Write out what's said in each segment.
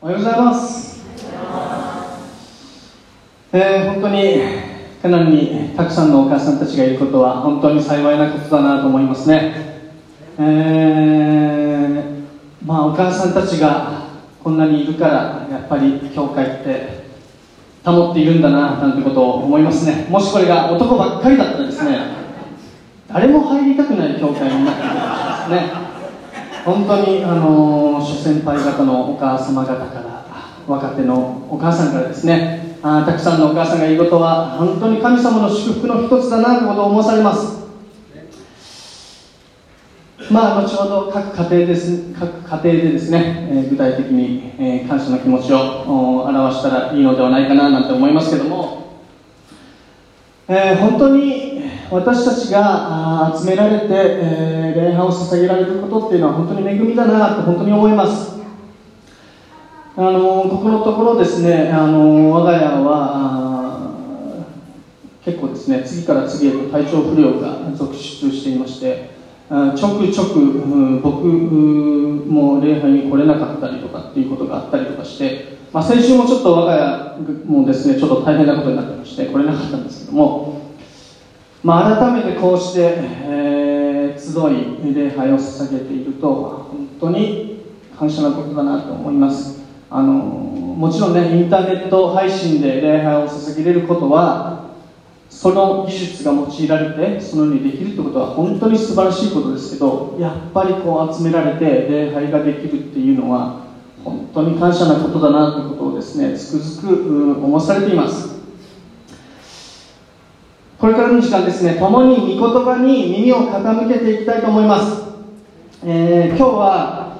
おはようございます。本当にカナンにたくさんのお母さんたちがいることは本当に幸いなことだなと思いますね。お母さんたちがこんなにいるからやっぱり教会って保っているんだななんてことを思いますね。もしこれが男ばっかりだったらですね、誰も入りたくない教会になっているんですね。本当に諸先輩方のお母様方から若手のお母さんからですね、たくさんのお母さんがいることは本当に神様の祝福の一つだなということを思わされます。後ほど各家庭でですね、具体的に、感謝の気持ちを表したらいいのではないかななんて思いますけども、本当に私たちが集められて、礼拝を捧げられることっていうのは本当に恵みだなと本当に思います。ここのところですね、我が家は結構ですね、次から次へと体調不良が続出していまして、ちょくちょく僕も礼拝に来れなかったりとかっていうことがあったりとかして、先週もちょっと我が家もですねちょっと大変なことになってまして来れなかったんですけども、改めてこうして、集い礼拝を捧げていると本当に感謝なことだなと思います。もちろんね、インターネット配信で礼拝を捧げれることはその技術が用いられてそのようにできるということは本当に素晴らしいことですけど、やっぱりこう集められて礼拝ができるっていうのは本当に感謝なことだなということをですねつくづく思わされています。これからの時間ですね、共に御言葉に耳を傾けていきたいと思います。今日は、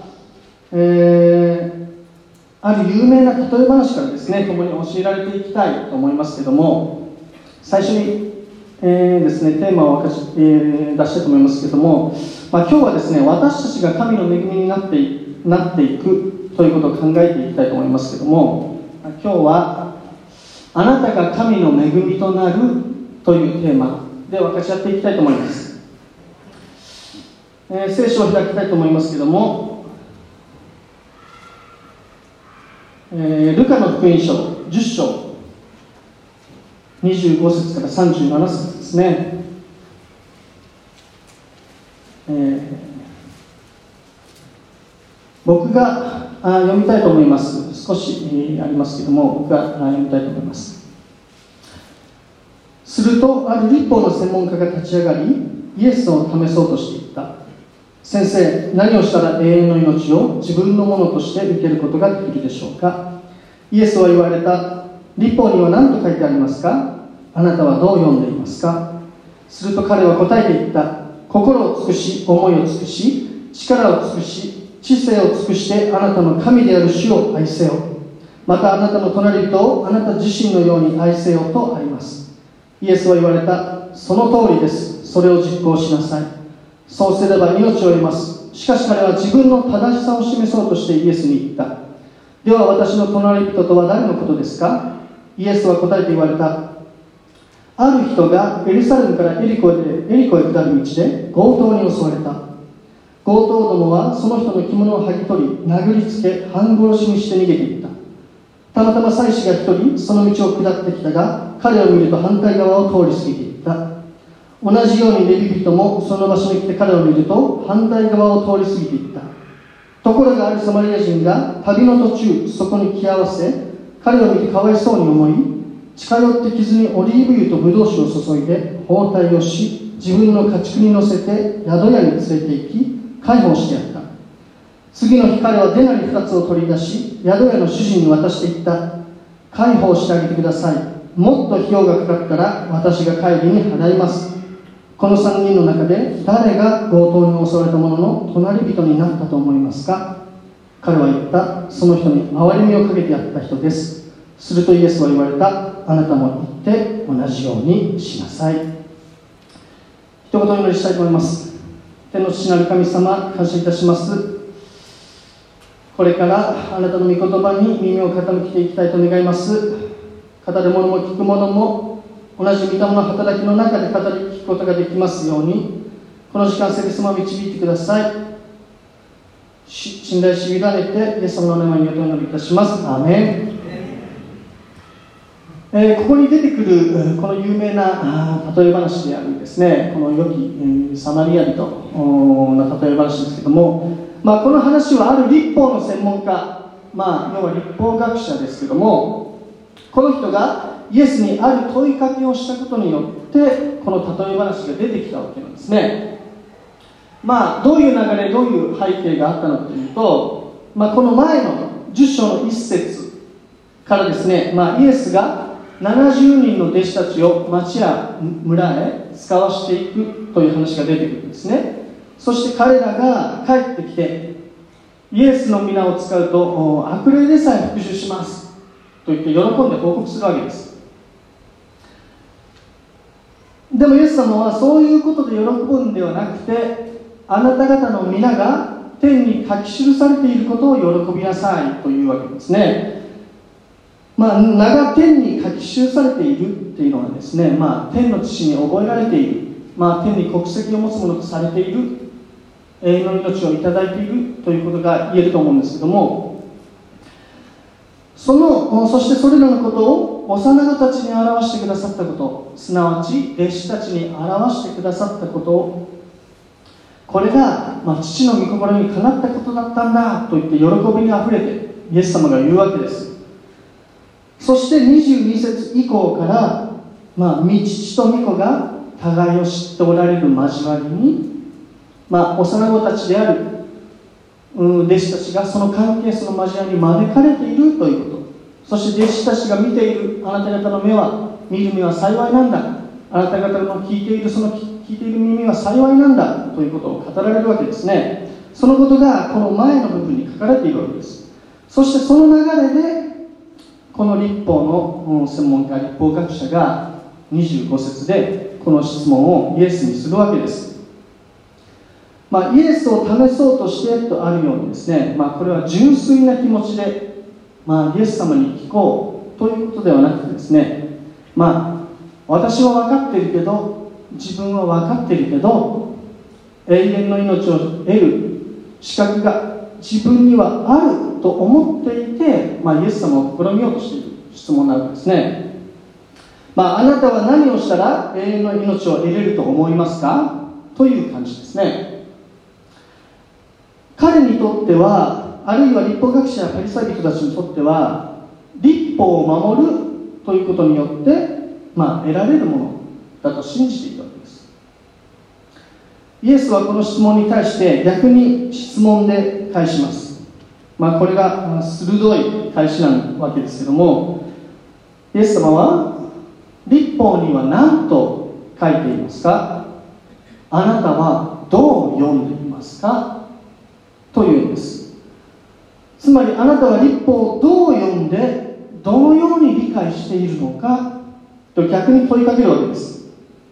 ある有名な例え話からですね共に教えられていきたいと思いますけども、最初に、ですねテーマを出したいと思いますけども、今日はですね私たちが神の恵みになっていくということを考えていきたいと思いますけども、今日はあなたが神の恵みとなるというテーマで分かち合っていきたいと思います。聖書を開きたいと思いますけども、ルカの福音書10章25節から37節ですね。僕が読みたいと思います。少しありますけども、僕が読みたいと思います。するとある律法の専門家が立ち上がり、イエスを試そうとしていった。先生、何をしたら永遠の命を自分のものとして受けることができるでしょうか。イエスは言われた。律法には何と書いてありますか。あなたはどう読んでいますか。すると彼は答えて言った。心を尽くし、思いを尽くし、力を尽くし、知性を尽くしてあなたの神である主を愛せよ。またあなたの隣人をあなた自身のように愛せよとあります。イエスは言われた。その通りです。それを実行しなさい。そうすれば命を得ます。しかし彼は自分の正しさを示そうとしてイエスに言った。では私の隣人とは誰のことですか。イエスは答えて言われた。ある人がエルサレムからエリコへ下る道で強盗に襲われた。強盗どもはその人の着物を剥ぎ取り、殴りつけ半殺しにして逃げていった。たまたま祭司が一人その道を下ってきたが、彼を見ると反対側を通り過ぎていった。同じようにレビ人もその場所に来て彼を見ると反対側を通り過ぎていった。ところがあるサマリア人が旅の途中そこに来合わせ、彼を見てかわいそうに思い、近寄って傷にオリーブ油とブドウ酒を注いで包帯をし、自分の家畜に乗せて宿屋に連れて行き介抱してやった。次の日彼はデナリ2つを取り出し宿屋の主人に渡していった。介抱してあげてください。もっと費用がかかったら私が帰りに払います。この3人の中で誰が強盗に襲われた者の隣人になったと思いますか。彼は言った。その人に憐れみをかけてやった人です。するとイエスは言われた。あなたも行って同じようにしなさい。一言お祈りしたいと思います。天の父なる神様、感謝いたします。これからあなたの御言葉に耳を傾けていきたいと願います。語る者も聞く者も同じ御霊の働きの中で語り聞くことができますように、この時間聖霊様を導いてください。 信頼し委ねてイエス様の名前によってお祈りいたします。アーメン。ここに出てくるこの有名な例え話であるですね、この良きサマリア人の例え話ですけども、この話はある律法の専門家、要は律法学者ですけども、この人がイエスにある問いかけをしたことによってこの例え話が出てきたわけなんですね。どういう流れ、どういう背景があったのかというと、この前の10章の1節からですね、イエスが70人の弟子たちを町や村へ使わしていくという話が出てくるんですね。そして彼らが帰ってきて、イエスの皆を使うと悪霊でさえ復讐しますと言って喜んで報告するわけです。でもイエス様はそういうことで喜ぶんではなくて、あなた方の皆が天に書き記されていることを喜びなさいというわけですね。名が天に書き記されているっていうのはですね、天の父に覚えられている、天に国籍を持つものとされている、永遠の命をいただいているということが言えると思うんですけども、そしてそれらのことを幼子たちに表してくださったこと、すなわち弟子たちに表してくださったことを、これが、父の御心にかなったことだったんだと言って喜びにあふれてイエス様が言うわけです。そして22節以降から、父と御子が互いを知っておられる交わりに、幼子たちである弟子たちがその関係、その交わりに招かれているということ、そして弟子たちが見ているあなた方の目は、見る目は幸いなんだ、あなた方の聞いているその聞いている耳は幸いなんだということを語られるわけですね。そのことがこの前の部分に書かれているわけです。そしてその流れでこの律法の専門家、律法学者が25節でこの質問をイエスにするわけです。イエスを試そうとしてとあるようにですね、これは純粋な気持ちで、イエス様に聞こうということではなくてですね、私は分かっているけど、自分は分かっているけど、永遠の命を得る資格が自分にはあると思っていて、イエス様を試みようとしている質問なわけですね。あなたは何をしたら永遠の命を得れると思いますかという感じですね。彼にとっては、あるいは律法学者やパリサイ人たちにとっては、律法を守るということによって、得られるものだと信じていたわけです。イエスはこの質問に対して逆に質問で返します。これが鋭い返しなわけですけども、イエス様は律法には何と書いていますか、あなたはどう読んでいますかというんです。つまりあなたは律法をどう読んでどのように理解しているのかと逆に問いかけるわけです。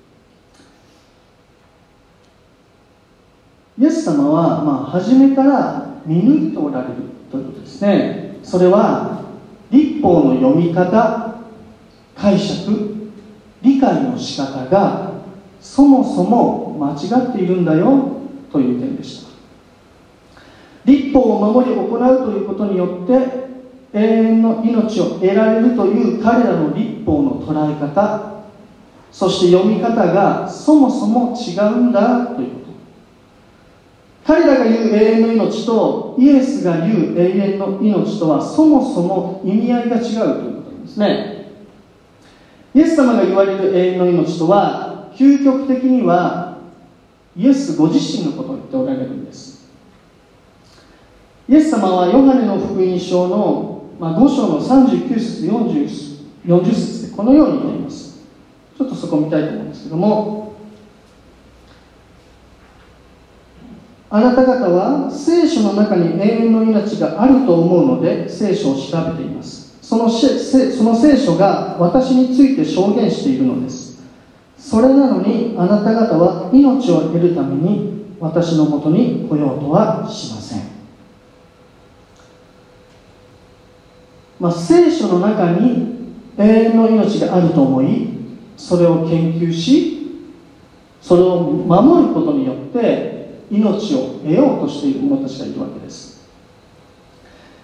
イエス様は、初めから見抜いておられるということですね。それは律法の読み方、解釈、理解の仕方がそもそも間違っているんだよという点でした。律法を守り行うということによって永遠の命を得られるという彼らの律法の捉え方、そして読み方がそもそも違うんだということ。彼らが言う永遠の命とイエスが言う永遠の命とはそもそも意味合いが違うということなんですね。イエス様が言われる永遠の命とは、究極的にはイエスご自身のことを言っておられるんです。イエス様はヨハネの福音書の、5章の39節40節でこのように言っています。ちょっとそこを見たいと思うんですけども、あなた方は聖書の中に永遠の命があると思うので聖書を調べています。その聖書が私について証言しているのです。それなのにあなた方は命を得るために私のもとに来ようとはしません。聖書の中に永遠の命があると思い、それを研究し、それを守ることによって命を得ようとしている者たちがいるわけです。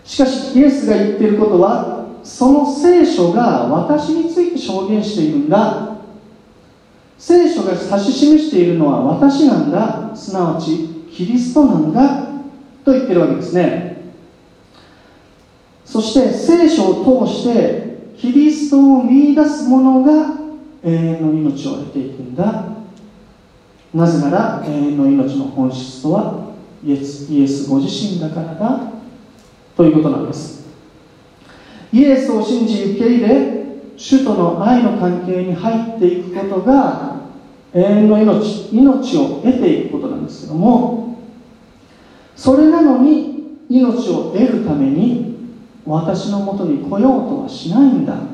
しかしイエスが言っていることは、その聖書が私について証言しているんだ、聖書が指し示しているのは私なんだ、すなわちキリストなんだと言っているわけですね。そして聖書を通してキリストを見出す者が永遠の命を得ていくんだ。なぜなら永遠の命の本質とはイエスご自身だからだということなんです。イエスを信じ受け入れ、主との愛の関係に入っていくことが永遠の命を得ていくことなんですけども、それなのに命を得るために私のもとに来ようとはしないんだ。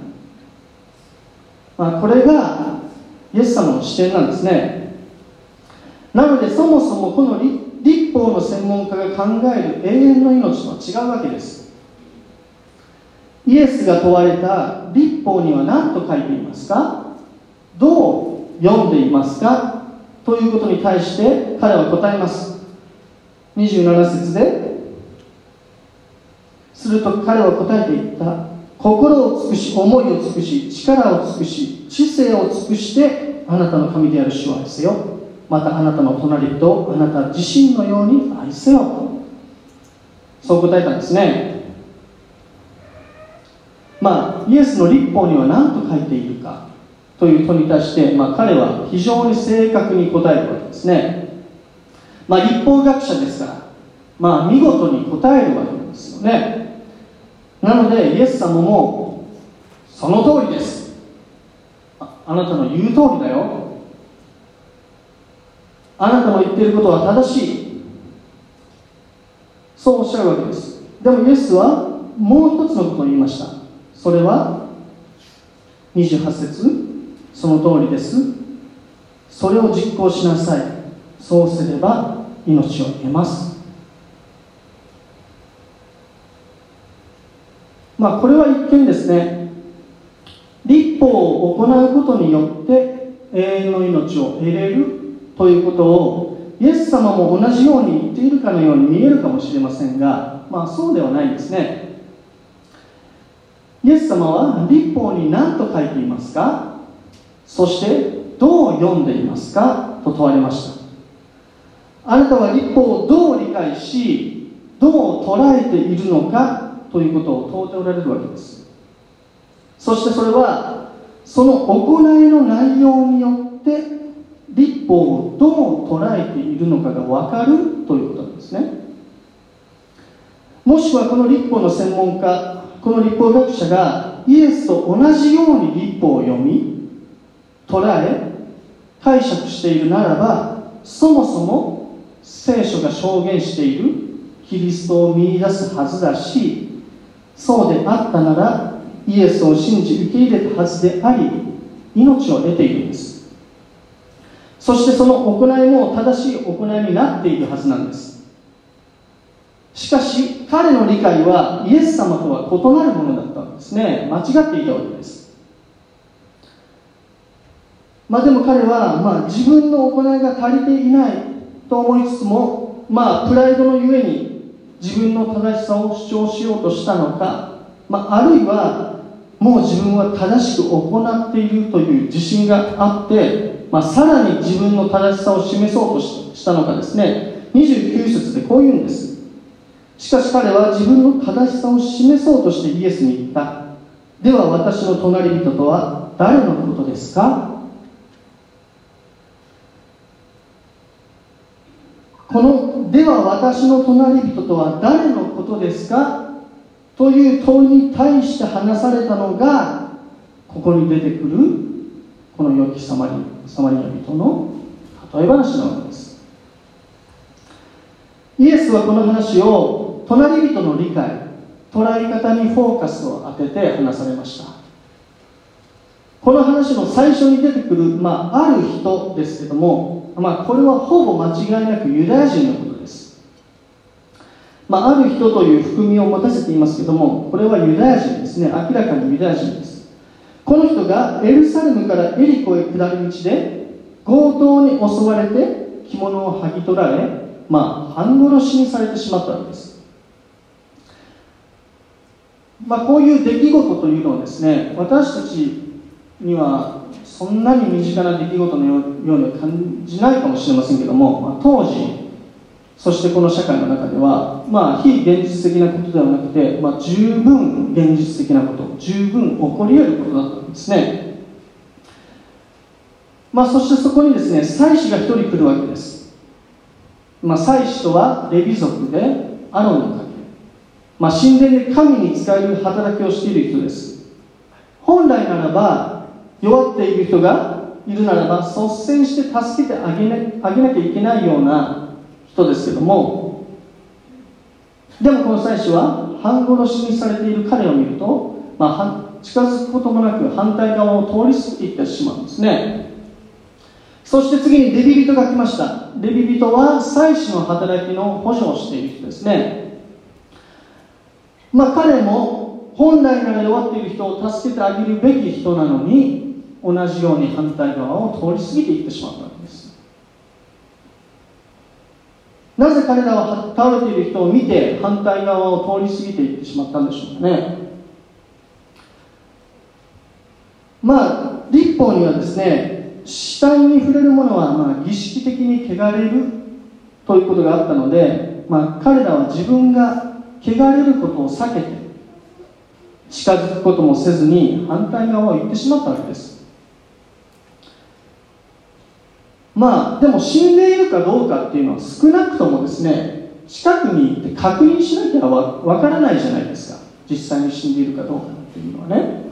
これがイエス様の視点なんですね。なのでそもそもこの律法の専門家が考える永遠の命とは違うわけです。イエスが問われた律法には何と書いていますか、どう読んでいますかということに対して彼は答えます。27節ですると彼は答えていった。心を尽くし、思いを尽くし、力を尽くし、知性を尽くしてあなたの神である主を愛せよ。またあなたの隣人をあなた自身のように愛せよ。そう答えたんですね。イエスの律法には何と書いているかという問いに対して、彼は非常に正確に答えるわけですね。律法学者ですから、見事に答えるわけなんですよね。なのでイエス様もその通りです、あなたの言う通りだよ、あなたの言っていることは正しい、そうおっしゃるわけです。でもイエスはもう一つのことを言いました。それは28節、その通りです、それを実行しなさい、そうすれば命を得ます。これは一見ですね、律法を行うことによって永遠の命を得れるということをイエス様も同じように言っているかのように見えるかもしれませんが、そうではないんですね。イエス様は律法に何と書いていますか、そしてどう読んでいますかと問われました。あなたは律法をどう理解し、どう捉えているのかということを問うておられるわけです。そしてそれはその行いの内容によって律法をどう捉えているのかが分かるということなんですね。もしくはこの律法の専門家、この律法学者がイエスと同じように律法を読み、捉え、解釈しているならば、そもそも聖書が証言しているキリストを見出すはずだし、そうであったならイエスを信じ受け入れたはずであり、命を得ているんです。そしてその行いも正しい行いになっているはずなんです。しかし彼の理解はイエス様とは異なるものだったんですね。間違っていたわけです。でも彼は、自分の行いが足りていないと思いつつも、プライドのゆえに自分の正しさを主張しようとしたのか、あるいはもう自分は正しく行っているという自信があって、さらに自分の正しさを示そうとしたのかですね。29節でこう言うんです。しかし彼は自分の正しさを示そうとしてイエスに言った。では私の隣人とは誰のことですか。このでは私の隣人とは誰のことですかという問いに対して話されたのが、ここに出てくるこの良きサマリア人の例え話なわけです。イエスはこの話を隣人の理解、捉え方にフォーカスを当てて話されました。この話の最初に出てくる、ある人ですけども、これはほぼ間違いなくユダヤ人のことです。ある人という含みを持たせていますけども、これはユダヤ人ですね。明らかにユダヤ人です。この人がエルサレムからエリコへ下る道で強盗に襲われて着物を剥ぎ取られ、半殺しにされてしまったわけです。 こういう出来事というのはですね、私たちにはそんなに身近な出来事のようには感じないかもしれませんけども、当時、そしてこの社会の中では、非現実的なことではなくて、十分現実的なこと、十分起こり得ることだったんですね。そしてそこにですね、祭司が一人来るわけです。祭司とはレビ族でアロンの家系、神殿で神に仕える働きをしている人です。本来ならば弱っている人がいるならば率先して助けてあげなきゃいけないような人ですけども、でもこの祭司は半殺しにされている彼を見ると、近づくこともなく反対側を通り過ぎていってしまうんですね。そして次にレビ人が来ました。レビ人は祭司の働きの補助をしている人ですね。彼も本来なら弱っている人を助けてあげるべき人なのに、同じように反対側を通り過ぎていってしまったわけです。なぜ彼らは倒れている人を見て反対側を通り過ぎていってしまったんでしょうかね。律法にはですね、死体に触れるものは儀式的に汚れるということがあったので、彼らは自分が汚れることを避けて近づくこともせずに反対側を行ってしまったわけです。でも死んでいるかどうかっていうのは少なくともですね、近くに行って確認しなきゃわからないじゃないですか。実際に死んでいるかどうかっていうのはね。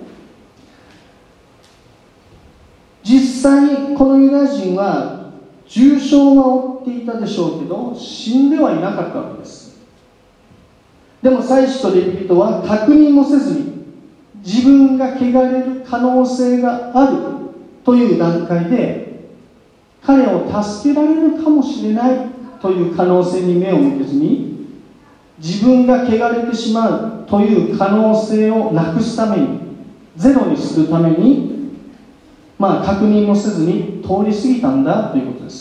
実際にこのユダヤ人は重傷は負っていたでしょうけど、死んではいなかったわけです。でも祭司とレビ人は確認もせずに自分が汚れる可能性があるという段階で、彼を助けられるかもしれないという可能性に目を向けずに、自分が汚れてしまうという可能性をなくすために、ゼロにするために、確認もせずに通り過ぎたんだということです。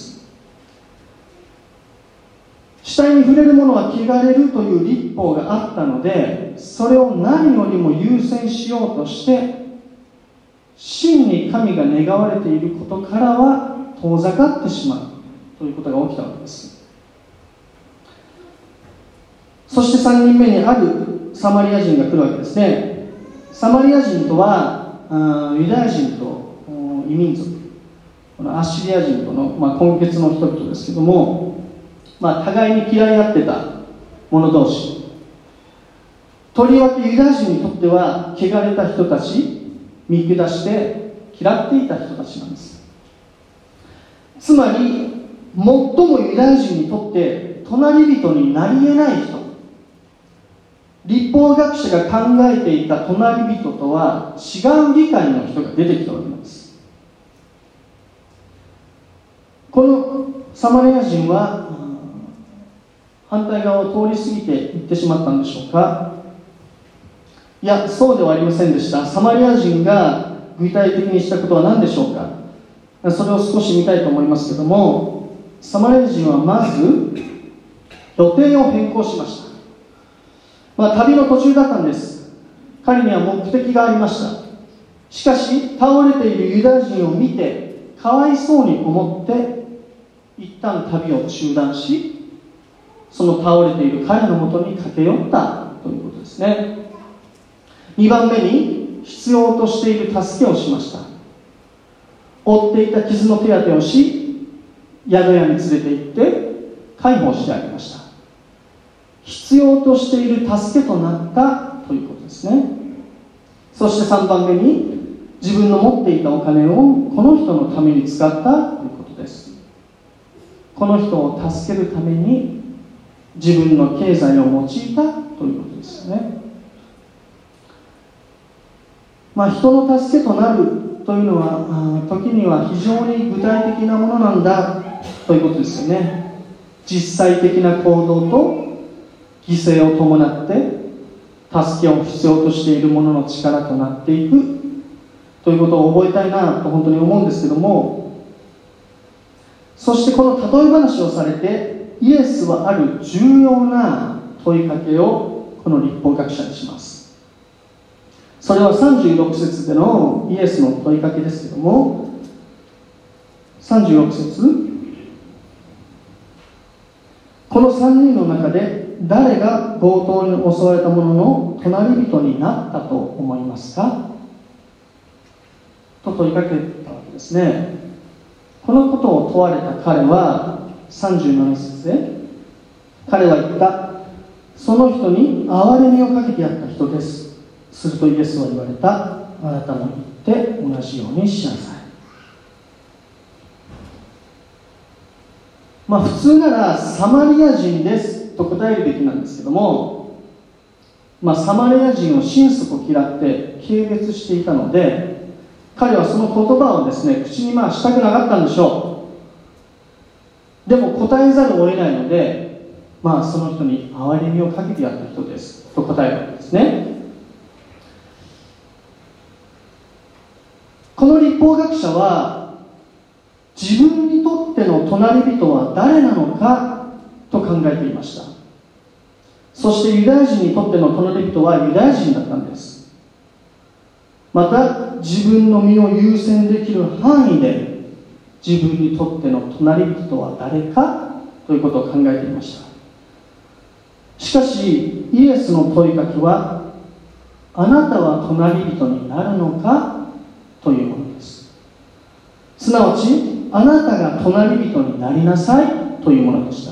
死体に触れるものは汚れるという律法があったので、それを何よりも優先しようとして真に神が願われていることからは遠ざかってしまうということが起きたわけです。そして3人目にあるサマリア人が来るわけですね。サマリア人とはユダヤ人と異民族、このアッシリア人との、混血の人々ですけども、互いに嫌い合ってた者同士、とりわけユダヤ人にとっては汚れた人たち、見下して嫌っていた人たちなんです。つまり最もユダヤ人にとって隣人になり得ない人、律法学者が考えていた隣人とは違う理解の人が出てきたわけなんです。このサマリア人は反対側を通り過ぎていってしまったんでしょうか。いや、そうではありませんでした。サマリア人が具体的にしたことは何でしょうか。それを少し見たいと思いますけども、サマリア人はまず予定を変更しました。旅の途中だったんです。彼には目的がありました。しかし倒れているユダヤ人を見てかわいそうに思って一旦旅を中断し、その倒れている彼のもとに駆け寄ったということですね。2番目に必要としている助けをしました。負っていた傷の手当てをし、宿屋に連れて行って介抱してあげました。必要としている助けとなったということですね。そして3番目に自分の持っていたお金をこの人のために使ったということです。この人を助けるために自分の経済を用いたということですね。人の助けとなるというのは時には非常に具体的なものなんだということですよね。実際的な行動と犠牲を伴って助けを必要としているものの力となっていくということを覚えたいなと本当に思うんですけども、そしてこの例え話をされてイエスはある重要な問いかけをこの律法学者にします。 それは36節でのイエスの問いかけですけども、36節、この3人の中で誰が強盗に襲われた者の隣人になったと思いますかと問いかけたわけですね。このことを問われた彼は37節で、彼は言った。その人に憐れみをかけてやった人です。するとイエスは言われた。あなたも言って同じようにしなさい。普通ならサマリア人ですと答えるべきなんですけども、サマリア人を心底嫌って軽蔑していたので、彼はその言葉をですね、口にしたくなかったんでしょう。でも答えざるを得ないので、その人に憐れみをかけてやった人ですと答えるわけですね。この律法学者は自分にとっての隣人は誰なのかと考えていました。そしてユダヤ人にとっての隣人はユダヤ人だったんです。また自分の身を優先できる範囲で自分にとっての隣人は誰かということを考えていました。しかしイエスの問いかけは、あなたは隣人になるのかというものです。すなわちあなたが隣人になりなさいというものでした。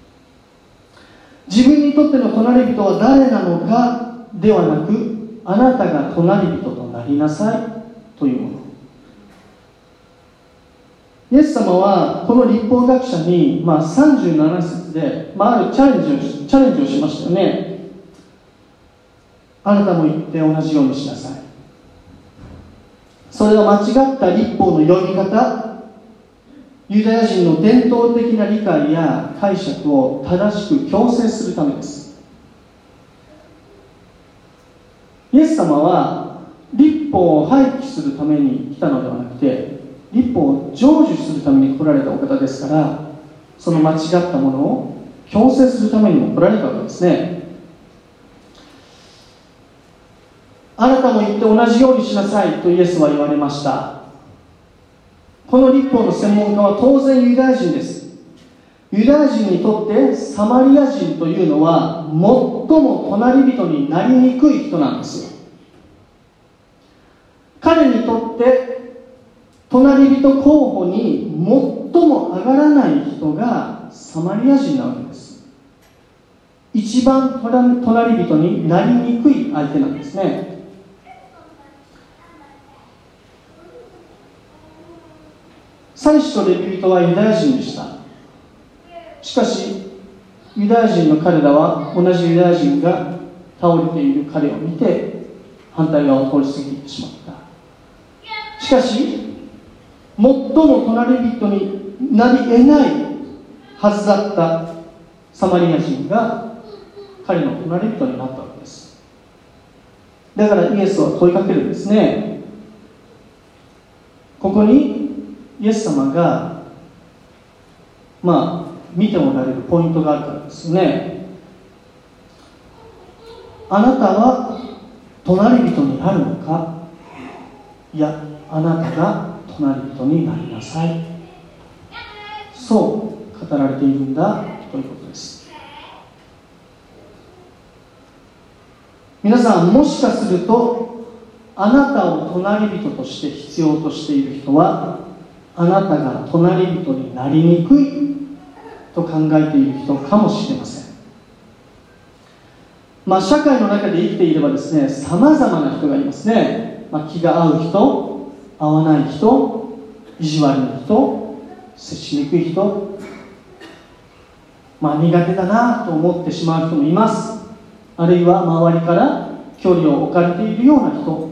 自分にとっての隣人は誰なのかではなく、あなたが隣人となりなさいというもの。イエス様はこの律法学者に、37節で、あるチャレンジをしましたよね。あなたも言って同じようにしなさい。それは間違った律法の読み方、ユダヤ人の伝統的な理解や解釈を正しく強制するためです。イエス様は律法を廃棄するために来たのではなくて、律法を成就するために来られたお方ですから、その間違ったものを強制するためにも来られたわけですね。あなたも言って同じようにしなさいとイエスは言われました。この律法の専門家は当然ユダヤ人です。ユダヤ人にとってサマリア人というのは最も隣人になりにくい人なんですよ。彼にとって隣人候補に最も上がらない人がサマリア人なわけです。一番隣人になりにくい相手なんですね。祭司とレビ人はユダヤ人でした。しかしユダヤ人の彼らは同じユダヤ人が倒れている彼を見て反対側を通り過ぎていってしまった。しかし最も隣人になり得ないはずだったサマリア人が彼の隣人になったわけです。だからイエスは問いかけるんですね。ここにイエス様が見ておられるポイントがあるからですね。あなたは隣人になるのか、いやあなたが隣人になりなさい、そう語られているんだということです。皆さん、もしかするとあなたを隣人として必要としている人は、あなたが隣人になりにくいと考えている人かもしれません。社会の中で生きていればですね、さまざまな人がいますね。気が合う人、合わない人、意地悪な人、接しにくい人、苦手だなと思ってしまう人もいます。あるいは周りから距離を置かれているような人、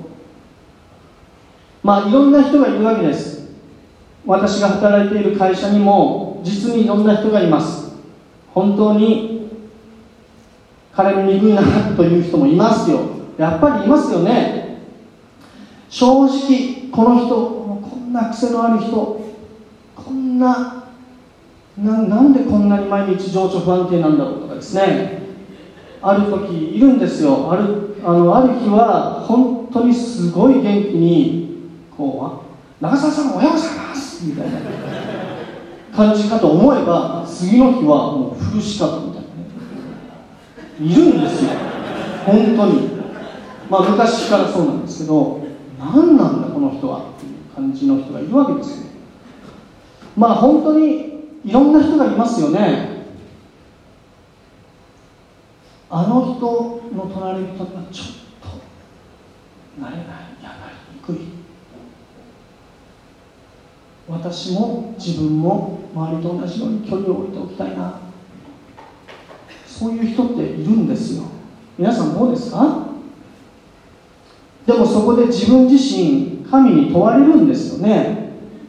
いろんな人がいるわけです。私が働いている会社にも実にいろんな人がいます。本当に彼の憎いなという人もいますよ。やっぱりいますよね。正直この人、こんな癖のある人、なんでこんなに毎日情緒不安定なんだろうとかですね、 ある時いるんですよ。ある日は本当にすごい元気にこう、長澤さんおはようございますみたいな感じかと思えば、次の日はもうフルシカトみたいなね、いるんですよ本当に。昔からそうなんですけど、何なんだこの人はっていう感じの人がいるわけですよ。本当にいろんな人がいますよね。あの人の隣人がちょっとなれない、いやなりにくい。私も自分も周りと同じように距離を置いておきたいな、そういう人っているんですよ。皆さんどうですか？でもそこで自分自身神に問われるんですよね。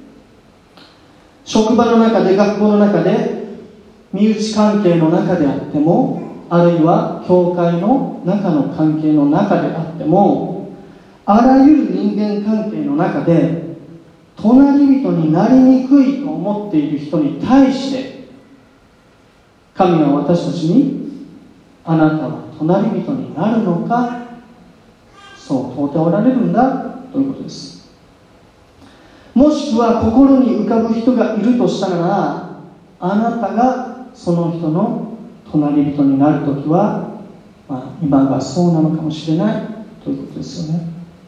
職場の中で、学校の中で、身内関係の中であっても、あるいは教会の中の関係の中であっても、あらゆる人間関係の中で隣人になりにくいと思っている人に対して、神は私たちに、あなたは隣人になるのか、そう問うておられるんだということです。もしくは心に浮かぶ人がいるとしたなら、あなたがその人の隣人になるときは、今がそうなのかもしれないということですよね。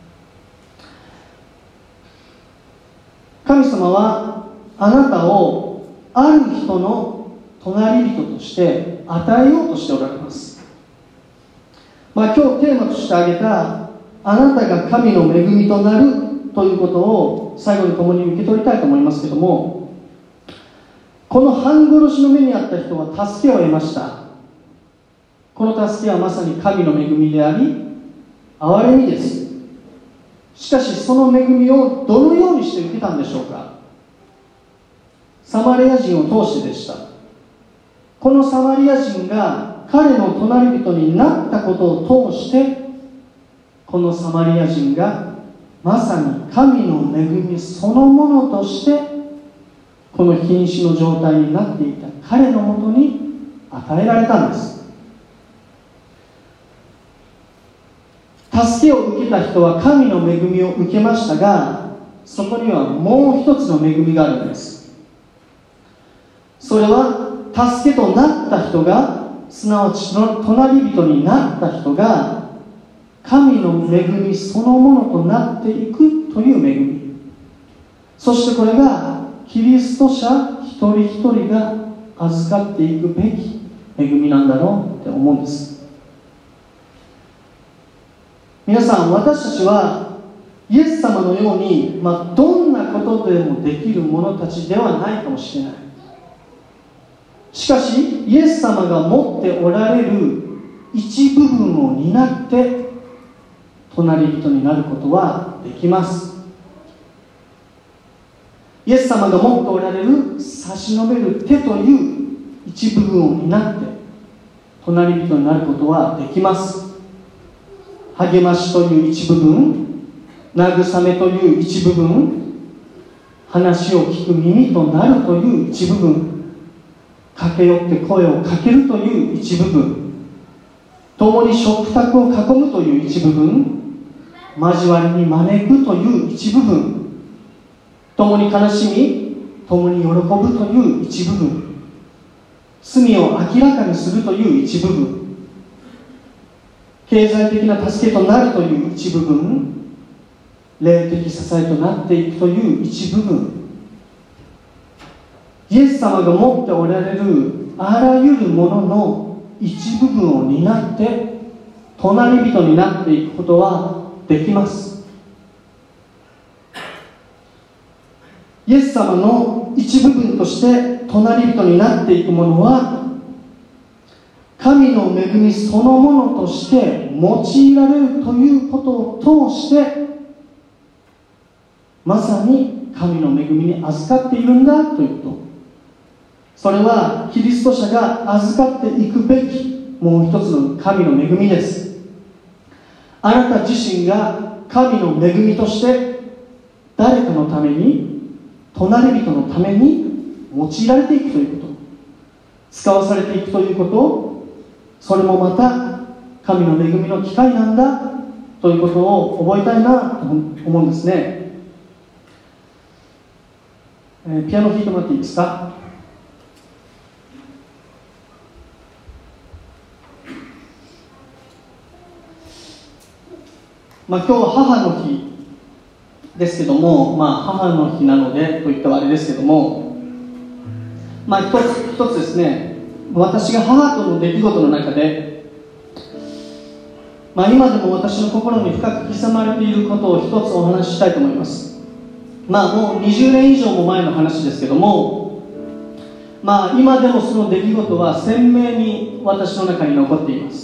神様はあなたをある人の隣人として与えようとしておられます。今日テーマとして挙げた、あなたが神の恵みとなるということを最後に共に受け取りたいと思いますけども、この半殺しの目にあった人は助けを得ました。この助けはまさに神の恵みであり、憐れみです。しかしその恵みをどのようにして受けたんでしょうか。サマリア人を通してでした。このサマリア人が彼の隣人になったことを通して、このサマリア人がまさに神の恵みそのものとして、この瀕死の状態になっていた彼のもとに与えられたんです。助けを受けた人は神の恵みを受けましたが、そこにはもう一つの恵みがあるんです。それは助けとなった人が、すなわち隣人になった人が神の恵みそのものとなっていくという恵み、そしてこれがキリスト者一人一人が預かっていくべき恵みなんだろうって思うんです。皆さん、私たちはイエス様のように、どんなことでもできる者たちではないかもしれない。しかしイエス様が持っておられる一部分を担って隣人になることはできます。イエス様が持っておられる差し伸べる手という一部分を担って隣人になることはできます。励ましという一部分、慰めという一部分、話を聞く耳となるという一部分、駆け寄って声をかけるという一部分、共に食卓を囲むという一部分、交わりに招くという一部分、共に悲しみ共に喜ぶという一部分、罪を明らかにするという一部分、経済的な助けとなるという一部分、霊的支えとなっていくという一部分、イエス様が持っておられるあらゆるものの一部分を担って隣人になっていくことはできます。イエス様の一部分として隣人になっていくものは、神の恵みそのものとして用いられるということを通して、まさに神の恵みに預かっているんだということ。それはキリスト者が預かっていくべきもう一つの神の恵みです。あなた自身が神の恵みとして誰かのために、隣人のために用いられていくということ、使わされていくということ、それもまた神の恵みの機会なんだということを覚えたいなと思うんですね。ピアノ弾いてもらっていいですか。今日は母の日ですけども、母の日なのでといってはあれですけども、一つですね、私が母との出来事の中で、今でも私の心に深く刻まれていることを一つお話ししたいと思います。もう20年以上も前の話ですけども、今でもその出来事は鮮明に私の中に残っています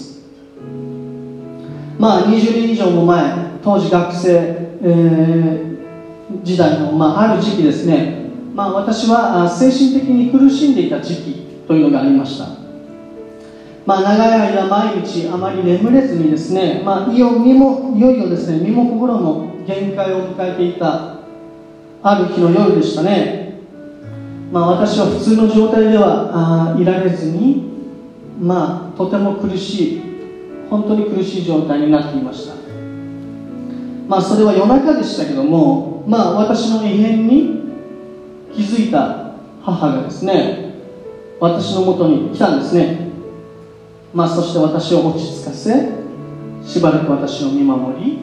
。20年以上も前、当時学生、時代の、ある時期ですね、私は精神的に苦しんでいた時期というのがありました。長い間毎日あまり眠れずにですね、いよいよですね、身も心も限界を迎えていたある日の夜でしたね。私は普通の状態ではいられずに、とても苦しい、本当に苦しい状態になっていました。それは夜中でしたけども、私の異変に気づいた母がですね、私のもとに来たんですね。そして私を落ち着かせ、しばらく私を見守り、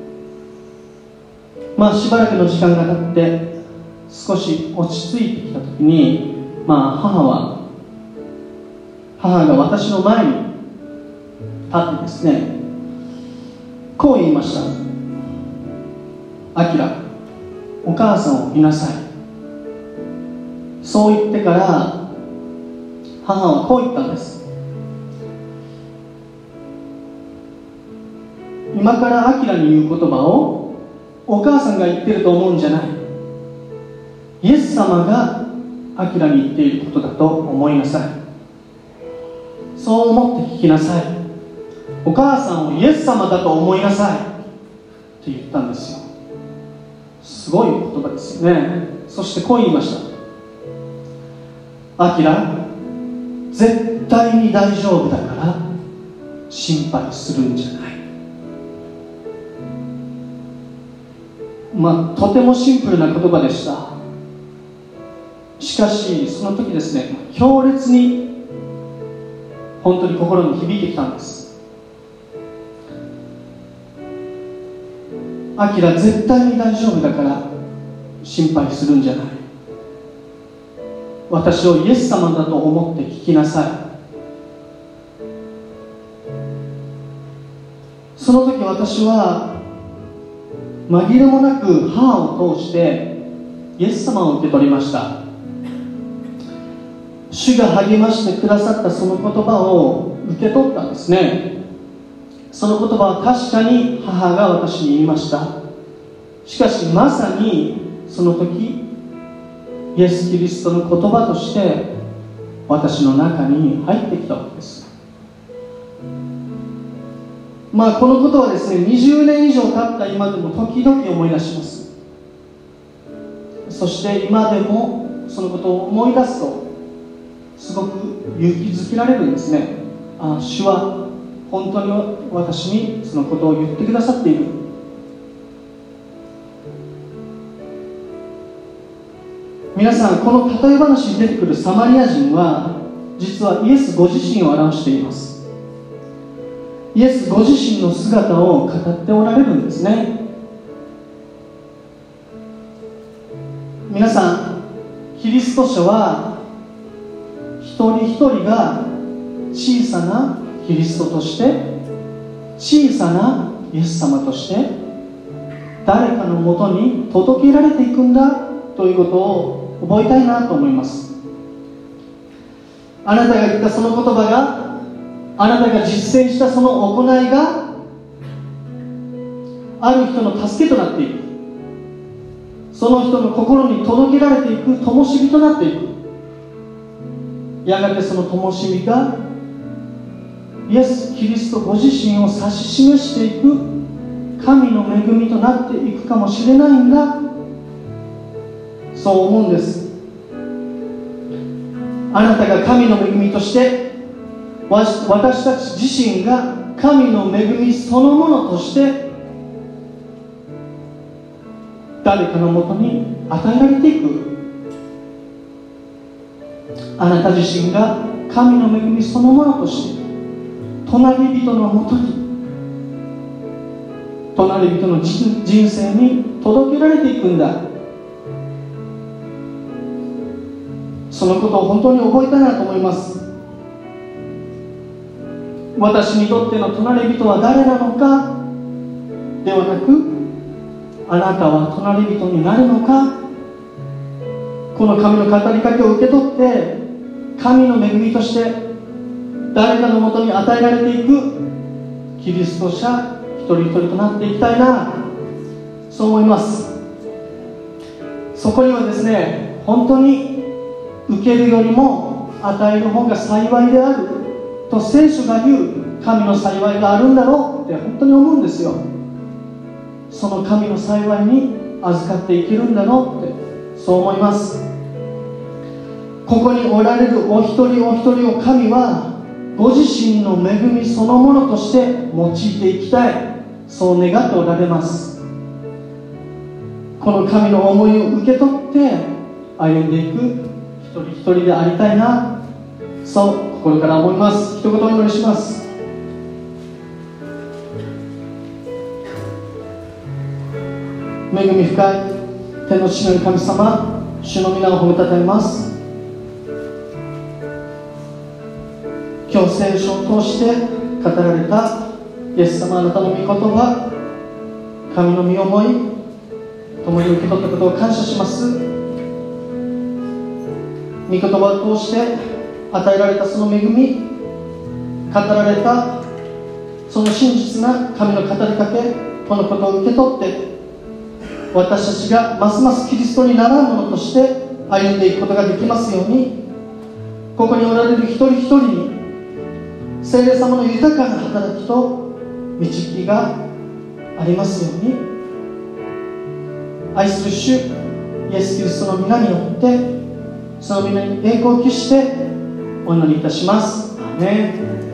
しばらくの時間が経って少し落ち着いてきた時に、母が私の前に立ってですね、こう言いました。アキラ、お母さんを見なさい。そう言ってから母はこう言ったんです。今からアキラに言う言葉をお母さんが言ってると思うんじゃない。イエス様がアキラに言っていることだと思いなさい。そう思って聞きなさい。お母さんをイエス様だと思いなさいって言ったんですよ。すごい言葉ですよね。そしてこう言いました。アキラ、絶対に大丈夫だから心配するんじゃない。とてもシンプルな言葉でした。しかしその時ですね、強烈に本当に心に響いてきたんです。アキラ、絶対に大丈夫だから心配するんじゃない。私をイエス様だと思って聞きなさい。その時私は紛れもなく母を通してイエス様を受け取りました。主が励ましてくださったその言葉を受け取ったんですね。その言葉は確かに母が私に言いました。しかしまさにその時イエス・キリストの言葉として私の中に入ってきたわけです。このことはですね、20年以上経った今でも時々思い出します。そして今でもそのことを思い出すとすごく勇気づけられるんですね。主は本当に私にそのことを言ってくださっている。皆さん、この例え話に出てくるサマリア人は実はイエスご自身を表しています。イエスご自身の姿を語っておられるんですね。皆さん、キリスト者は一人一人が小さなキリストとして、小さなイエス様として誰かのもとに届けられていくんだということを覚えたいなと思います。あなたが言ったその言葉が、あなたが実践したその行いがある人の助けとなっていく、その人の心に届けられていく灯火となっていく。やがてその灯火がイエス・キリストご自身を指し示していく神の恵みとなっていくかもしれないんだ、そう思うんです。あなたが神の恵みとして私たち自身が神の恵みそのものとして誰かのもとに与えられていく。あなた自身が神の恵みそのものとして隣人のもとに、隣人の人生に届けられていくんだ。そのことを本当に覚えたいなと思います。私にとっての隣人は誰なのかではなく、あなたは隣人になるのか。この神の語りかけを受け取って神の恵みとして誰かのもとに与えられていくキリスト者一人一人となっていきたいな、そう思います。そこにはですね、本当に受けるよりも与える方が幸いであると聖書が言う神の幸いがあるんだろうって本当に思うんですよ。その神の幸いに預かっていけるんだろうって、そう思います。ここにおられるお一人お一人を神はご自身の恵みそのものとして用いていきたい、そう願っておられます。この神の思いを受け取って歩んでいく一人一人でありたいな、そう心から思います。一言お祈りします。恵み深い天の父なる神様、主の皆を褒めたたえます。今日聖書を通して語られたイエス様、あなたの御言葉、神の御思い共に受け取ったことを感謝します。御言葉を通して与えられたその恵み、語られたその真実な神の語りかけ、このことを受け取って私たちがますますキリストにならんものとして歩んでいくことができますように、ここにおられる一人一人に聖霊様の豊かな働きと導きがありますように、愛する主イエス・キリストの皆によってその皆に栄光を期してお祈りいたします。アーメン。